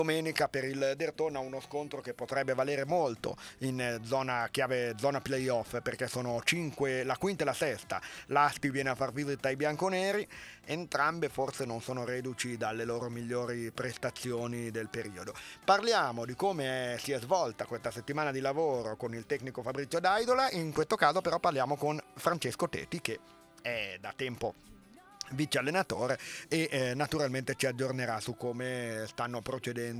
Domenica per il Derthona uno scontro che potrebbe valere molto in zona chiave, zona playoff, perché sono 5, la quinta e la sesta. L'Aspi viene a far visita ai bianconeri, entrambe forse non sono reduci dalle loro migliori prestazioni del periodo. Parliamo di come si è svolta questa settimana di lavoro con il tecnico Fabrizio Daidola, in questo caso però parliamo con Francesco Teti, che è da tempo vice allenatore e naturalmente ci aggiornerà su come stanno procedendo